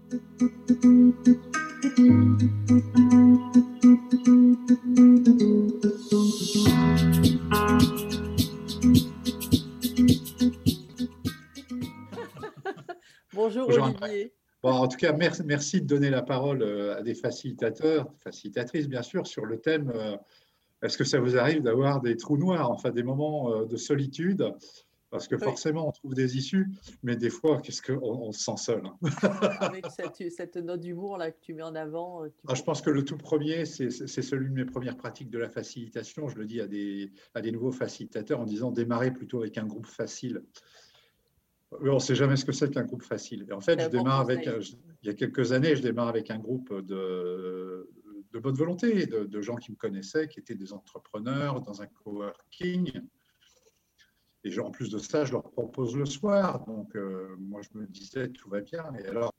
Bonjour Bonjour. Olivier. Bon, en tout cas, merci de donner la parole à des facilitateurs, facilitatrices bien sûr, sur le thème est-ce que ça vous arrive d'avoir des trous noirs, enfin des moments de solitude, parce que Oui, forcément on trouve des issues, mais des fois, qu'est-ce qu'on se sent seul, hein. avec cette note d'humour là que tu mets en avant. Je pense que le tout premier, c'est celui de mes premières pratiques de la facilitation. Je le dis à des nouveaux facilitateurs en disant démarrer plutôt avec un groupe facile. On ne sait jamais ce que c'est qu'un groupe facile. Et en fait, C'est un bon conseil. il y a quelques années, je démarre avec un groupe de bonne volonté, de gens qui me connaissaient, qui étaient des entrepreneurs dans un coworking. Et en plus de ça, je leur propose le soir. Donc, moi, je me disais, tout va bien. Et alors,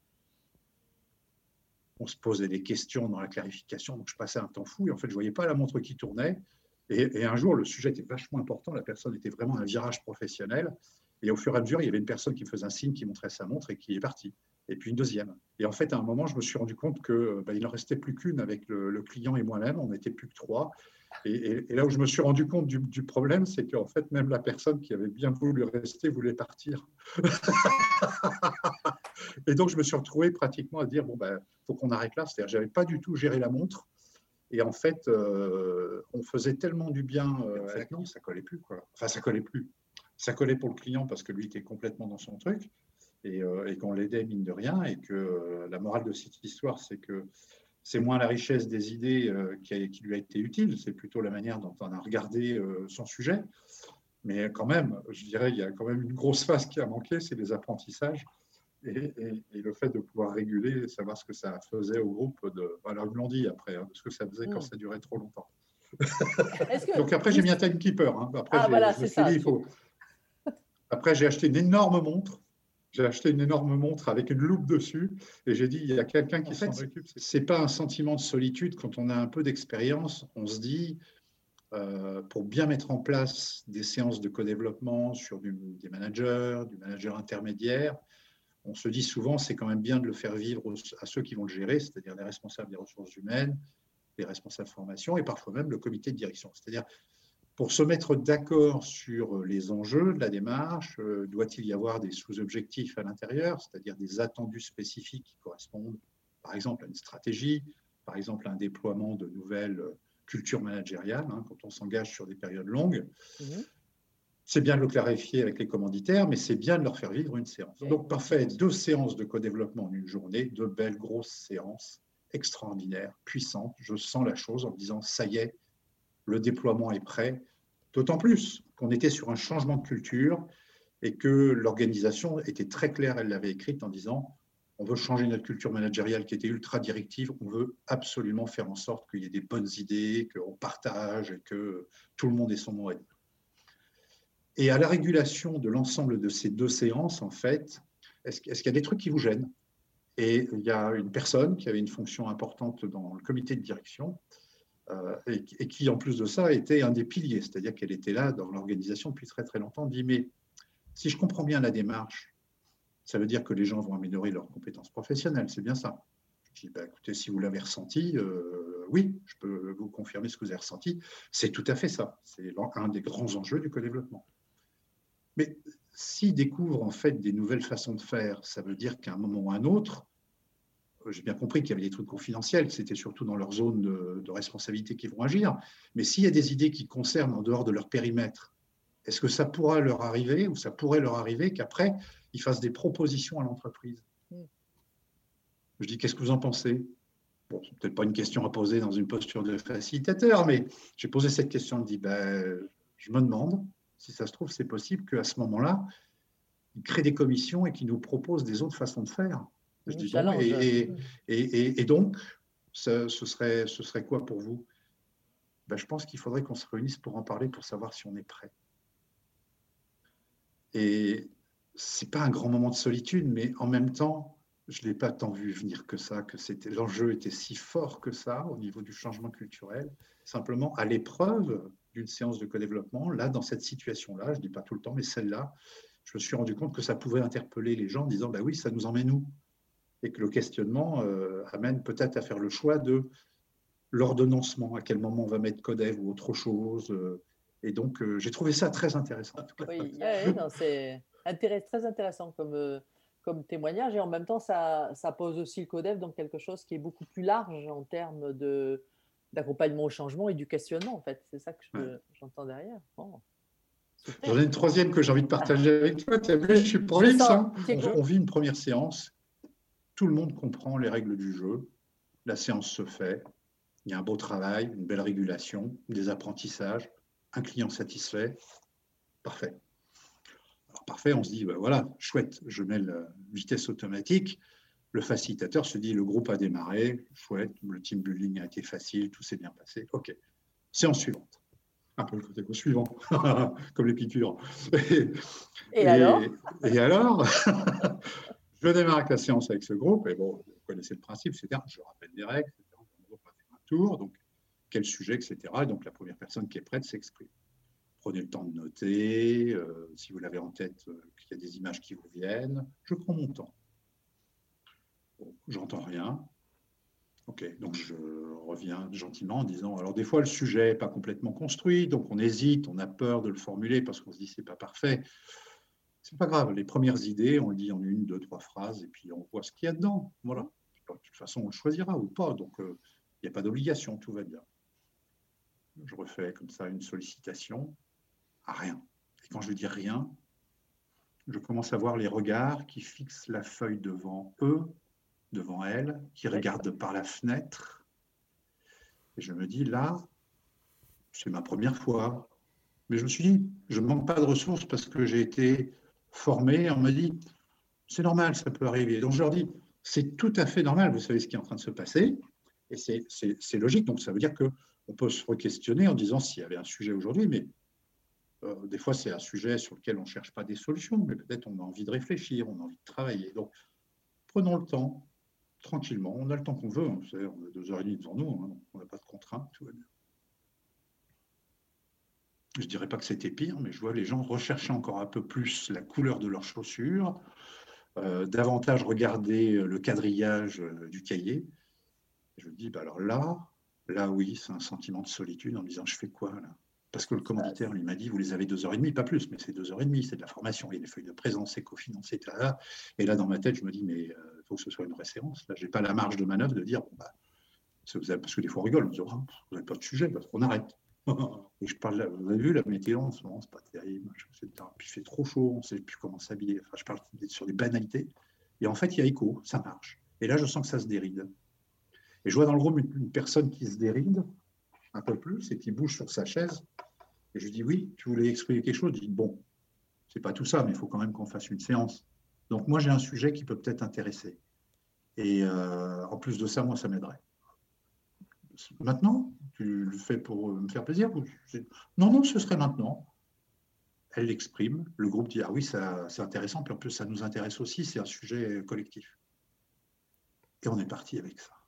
on se posait des questions dans la clarification. Donc, je passais un temps fou. Et en fait, je ne voyais pas la montre qui tournait. Et un jour, le sujet était vachement important. La personne était vraiment à un virage professionnel. Et au fur et à mesure, il y avait une personne qui me faisait un signe, qui montrait sa montre et qui est partie. Et puis une deuxième. Et en fait, à un moment, je me suis rendu compte qu'il n'en restait plus qu'une avec le client et moi-même. On n'était plus que trois. Et là où je me suis rendu compte du problème, c'est qu'en fait, même la personne qui avait bien voulu rester voulait partir. Et donc, je me suis retrouvé pratiquement à dire, bon, faut qu'on arrête là. C'est-à-dire, je n'avais pas du tout géré la montre. Et en fait, on faisait tellement du bien avec nous, ça collait plus, quoi. Enfin, ça collait plus. Ça collait pour le client parce que lui était complètement dans son truc et qu'on l'aidait mine de rien. Et que la morale de cette histoire, c'est que c'est moins la richesse des idées qui lui a été utile, c'est plutôt la manière dont on a regardé son sujet. Mais quand même, je dirais, il y a quand même une grosse phase qui a manqué, c'est les apprentissages et le fait de pouvoir réguler, savoir ce que ça faisait au groupe. Alors, ils me l'ont dit après, hein, ce que ça faisait quand ça durait trop longtemps. Donc après, j'ai mis un timekeeper. Hein. Après, voilà, je me c'est suis ça. dit, Après, j'ai acheté une énorme montre. J'ai acheté une énorme montre avec une loupe dessus et j'ai dit, il y a quelqu'un qui s'en occupe. Ce n'est pas un sentiment de solitude. Quand on a un peu d'expérience, on se dit, pour bien mettre en place des séances de co-développement sur des managers, du manager intermédiaire, on se dit souvent, c'est quand même bien de le faire vivre à ceux qui vont le gérer, c'est-à-dire les responsables des ressources humaines, les responsables de formation et parfois même le comité de direction. C'est-à-dire, pour se mettre d'accord sur les enjeux de la démarche, doit-il y avoir des sous-objectifs à l'intérieur, c'est-à-dire des attendus spécifiques qui correspondent, par exemple, à une stratégie, par exemple, à un déploiement de nouvelles cultures managériales, hein, quand on s'engage sur des périodes longues. C'est bien de le clarifier avec les commanditaires, mais c'est bien de leur faire vivre une séance. Donc, parfait, 2 séances de co-développement en une journée, 2 belles grosses séances extraordinaires, puissantes. Je sens la chose en me disant, ça y est, le déploiement est prêt. D'autant plus qu'on était sur un changement de culture et que l'organisation était très claire, elle l'avait écrite en disant on veut changer notre culture managériale qui était ultra directive, on veut absolument faire en sorte qu'il y ait des bonnes idées, qu'on partage et que tout le monde ait son mot à dire. Et à la régulation de l'ensemble de ces 2 séances, en fait, est-ce qu'il y a des trucs qui vous gênent? Et il y a une personne qui avait une fonction importante dans le comité de direction et qui, en plus de ça, était un des piliers, c'est-à-dire qu'elle était là dans l'organisation depuis très très longtemps, dit, mais si je comprends bien la démarche, ça veut dire que les gens vont améliorer leurs compétences professionnelles, c'est bien ça. Je dis, écoutez, si vous l'avez ressenti, oui, je peux vous confirmer ce que vous avez ressenti, c'est tout à fait ça, c'est un des grands enjeux du co-développement. Mais s'ils découvrent en fait des nouvelles façons de faire, ça veut dire qu'à un moment ou à un autre, j'ai bien compris qu'il y avait des trucs confidentiels, que c'était surtout dans leur zone de responsabilité qu'ils vont agir. Mais s'il y a des idées qui concernent en dehors de leur périmètre, est-ce que ça pourra leur arriver ou ça pourrait leur arriver qu'après, ils fassent des propositions à l'entreprise? Je dis, qu'est-ce que vous en pensez? Bon, c'est peut-être pas une question à poser dans une posture de facilitateur, mais j'ai posé cette question, je me dis, je me demande si ça se trouve, c'est possible qu'à ce moment-là, ils créent des commissions et qu'ils nous proposent des autres façons de faire. Je dis, bon, et donc, ce serait quoi pour vous? Je pense qu'il faudrait qu'on se réunisse pour en parler, pour savoir si on est prêt. Et ce n'est pas un grand moment de solitude, mais en même temps, je ne l'ai pas tant vu venir que ça, que l'enjeu était si fort que ça au niveau du changement culturel. Simplement, à l'épreuve d'une séance de co-développement, là, dans cette situation-là, je ne dis pas tout le temps, mais celle-là, je me suis rendu compte que ça pouvait interpeller les gens en disant, oui, ça nous emmène où? et que le questionnement amène peut-être à faire le choix de l'ordonnancement, à quel moment on va mettre Codev ou autre chose. Et donc, j'ai trouvé ça très intéressant. Oui, non, c'est très intéressant comme témoignage. Et en même temps, ça pose aussi le Codev dans quelque chose qui est beaucoup plus large en termes d'accompagnement au changement et du questionnement, en fait. C'est ça que j'entends derrière. Bon, j'en ai une troisième que j'ai envie de partager avec toi. Tu as vu, je suis prolixe. On vit une première séance. Tout le monde comprend les règles du jeu. La séance se fait. Il y a un beau travail, une belle régulation, des apprentissages, un client satisfait. Parfait. Alors, parfait, on se dit, ben voilà, chouette, je mets la vitesse automatique. Le facilitateur se dit, le groupe a démarré, chouette, le team building a été facile, tout s'est bien passé. OK. Séance suivante. Un peu le côté suivant, comme les piqûres. Et alors je démarre avec la séance avec ce groupe, et bon, vous connaissez le principe, c'est-à-dire, je rappelle des règles, etc. On va faire un tour, donc quel sujet, etc. Et donc la première personne qui est prête s'exprime. Prenez le temps de noter, si vous l'avez en tête, qu'il y a des images qui vous viennent. Je prends mon temps. Bon, j'entends rien. OK, donc je reviens gentiment en disant, alors des fois le sujet n'est pas complètement construit, donc on hésite, on a peur de le formuler parce qu'on se dit c'est pas parfait. C'est pas grave, les premières idées, on le dit en 1, 2, 3 phrases et puis on voit ce qu'il y a dedans. Voilà. De toute façon, on le choisira ou pas, donc il n'y a pas d'obligation, tout va bien. Je refais comme ça une sollicitation à rien. Et quand je dis rien, je commence à voir les regards qui fixent la feuille devant eux, devant elle, qui regardent par la fenêtre. Et je me dis, là, c'est ma première fois. Mais je me suis dit, je ne manque pas de ressources parce que j'ai été formé. On m'a dit, c'est normal, ça peut arriver. Donc je leur dis, c'est tout à fait normal, vous savez ce qui est en train de se passer. Et c'est logique. Donc ça veut dire qu'on peut se re-questionner en disant s'il y avait un sujet aujourd'hui, mais des fois, c'est un sujet sur lequel on ne cherche pas des solutions, mais peut-être on a envie de réfléchir, on a envie de travailler. Donc, prenons le temps, tranquillement. On a le temps qu'on veut. Hein. Vous savez, on a 2h30 devant nous, hein, on n'a pas de contraintes, tout va bien. Je ne dirais pas que c'était pire, mais je vois les gens rechercher encore un peu plus la couleur de leurs chaussures, davantage regarder le quadrillage du cahier. Et je me dis, bah alors là, oui, c'est un sentiment de solitude en me disant, je fais quoi là? Parce que le commanditaire lui m'a dit, vous les avez 2h30, pas plus, mais c'est 2h30, c'est de la formation, il y a des feuilles de présence, c'est cofinancé, etc. Et là, dans ma tête, je me dis, mais il faut que ce soit une vraie séance. Là, je n'ai pas la marge de manœuvre de dire, bon, bah, parce que des fois, on rigole, on dit, oh, vous n'avez pas de sujet, parce qu'on arrête. Et je parle là, vous avez vu, la météo en ce moment, c'est pas terrible, etc. Puis il fait trop chaud, on ne sait plus comment s'habiller. Enfin, je parle sur des banalités. Et en fait, il y a écho, ça marche. Et là, je sens que ça se déride. Et je vois dans le groupe une personne qui se déride un peu plus et qui bouge sur sa chaise. Et je lui dis, oui, tu voulais exprimer quelque chose? Je dis, bon, c'est pas tout ça, mais il faut quand même qu'on fasse une séance. Donc moi, j'ai un sujet qui peut peut-être intéresser. Et en plus de ça, moi, ça m'aiderait. Maintenant, tu le fais pour me faire plaisir? Non, non, ce serait maintenant. Elle l'exprime, le groupe dit, ah oui, c'est intéressant, puis en plus, ça nous intéresse aussi, c'est un sujet collectif. Et on est parti avec ça.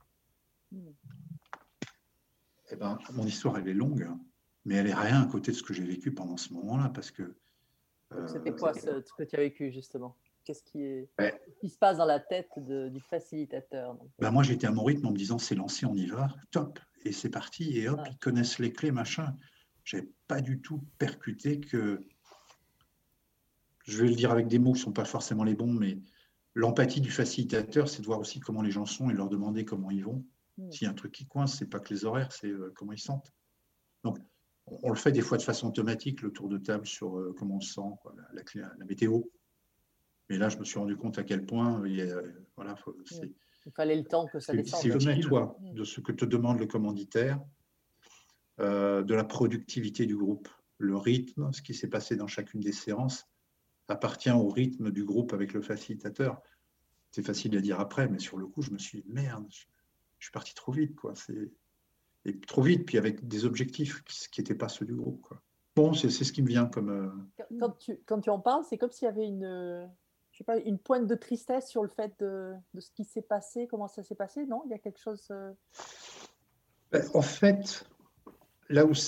Eh ben, mon histoire, elle est longue, mais elle est rien à côté de ce que j'ai vécu pendant ce moment-là, parce que... C'était quoi ce que tu as vécu, justement? Qu'est-ce qui se passe dans la tête du facilitateur? Ben moi, j'étais à mon rythme en me disant, c'est lancé, on y va, top, et c'est parti, et hop, ils connaissent les clés, machin. Je n'avais pas du tout percuté que... Je vais le dire avec des mots qui ne sont pas forcément les bons, mais l'empathie du facilitateur, c'est de voir aussi comment les gens sont et leur demander comment ils vont. S'il y a un truc qui coince, ce n'est pas que les horaires, c'est comment ils sentent. Donc, on le fait des fois de façon automatique, le tour de table sur comment on se sent, quoi, la météo. Mais là, je me suis rendu compte à quel point voilà, il fallait le temps que ça descende. Si je mets, toi, de ce que te demande le commanditaire, de la productivité du groupe, le rythme, ce qui s'est passé dans chacune des séances, appartient au rythme du groupe avec le facilitateur. C'est facile à dire après, mais sur le coup, je me suis dit, merde, je suis parti trop vite, quoi. Et trop vite, puis avec des objectifs qui n'étaient pas ceux du groupe, quoi. Bon, c'est ce qui me vient comme... Quand tu en parles, c'est comme s'il y avait je sais pas, une pointe de tristesse sur le fait de ce qui s'est passé, comment ça s'est passé, non? Il y a quelque chose... En fait, là où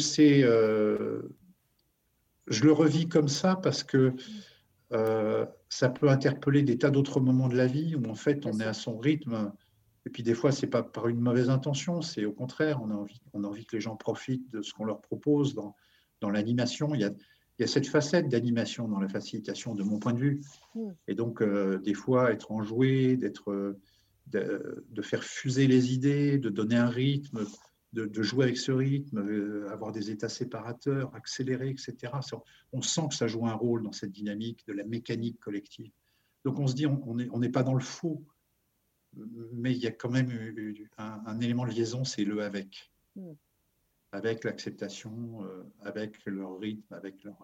c'est... je le revis comme ça parce que ça peut interpeller des tas d'autres moments de la vie où en fait Bien on est sûr. à son rythme. Et puis des fois, c'est pas par une mauvaise intention, c'est au contraire, on a envie que les gens profitent de ce qu'on leur propose dans l'animation. Il y a cette facette d'animation dans la facilitation, de mon point de vue. Mm. Et donc, des fois, être enjoué, de faire fuser les idées, de donner un rythme, de jouer avec ce rythme, avoir des états séparateurs, accélérer, etc. On sent que ça joue un rôle dans cette dynamique de la mécanique collective. Donc, on se dit, on n'est pas dans le faux, mais il y a quand même un élément de liaison, c'est le avec. Mm. Avec l'acceptation, avec leur rythme, avec leur.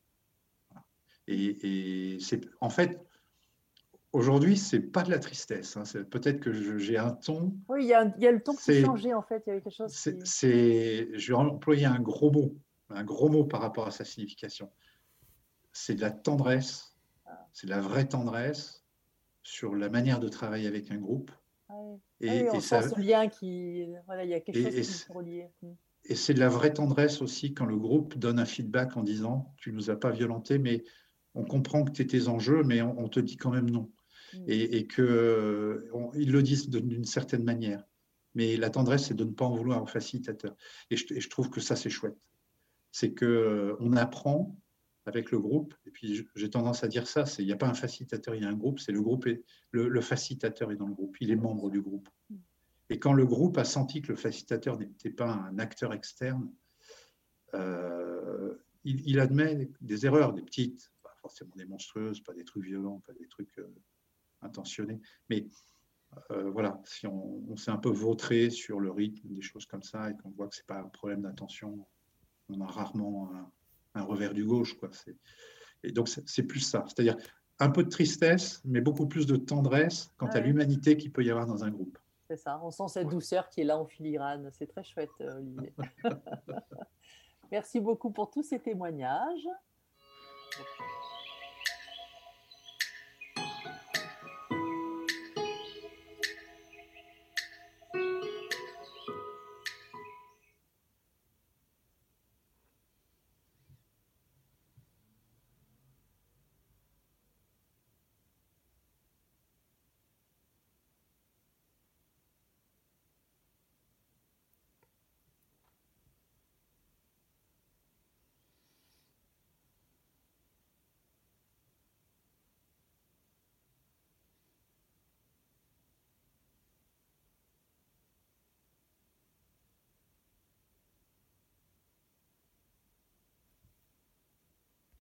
Et c'est en fait, aujourd'hui, c'est pas de la tristesse. Hein. Peut-être que j'ai un ton. Oui, il y a le ton qui changeait en fait. Il y avait quelque chose qui. Je vais employer un gros mot par rapport à sa signification. C'est de la tendresse, c'est de la vraie tendresse sur la manière de travailler avec un groupe. Ouais. Oui, Et on sent ce lien qui. Voilà, il y a quelque chose qui se relie. Et c'est de la vraie tendresse aussi quand le groupe donne un feedback en disant tu nous as pas violenté, mais on comprend que tu étais en jeu, mais on te dit quand même non. Et qu'ils le disent d'une certaine manière. Mais la tendresse, c'est de ne pas en vouloir au facilitateur. Et je trouve que ça, c'est chouette. C'est qu'on apprend avec le groupe, et puis j'ai tendance à dire ça, il n'y a pas un facilitateur, il y a un groupe, c'est le groupe, et le facilitateur est dans le groupe, il est membre du groupe. Et quand le groupe a senti que le facilitateur n'était pas un acteur externe, il admet des erreurs, des petites, pas forcément des monstrueuses, pas des trucs violents, pas des trucs intentionnés, mais voilà, si on s'est un peu vautré sur le rythme, des choses comme ça, et qu'on voit que ce n'est pas un problème d'intention, on a rarement un revers du gauche. Quoi. Et donc, c'est plus ça. C'est-à-dire un peu de tristesse, mais beaucoup plus de tendresse quant à l'humanité qu'il peut y avoir dans un groupe. C'est ça, on sent cette douceur qui est là en filigrane. C'est très chouette, Olivier. Merci beaucoup pour tous ces témoignages.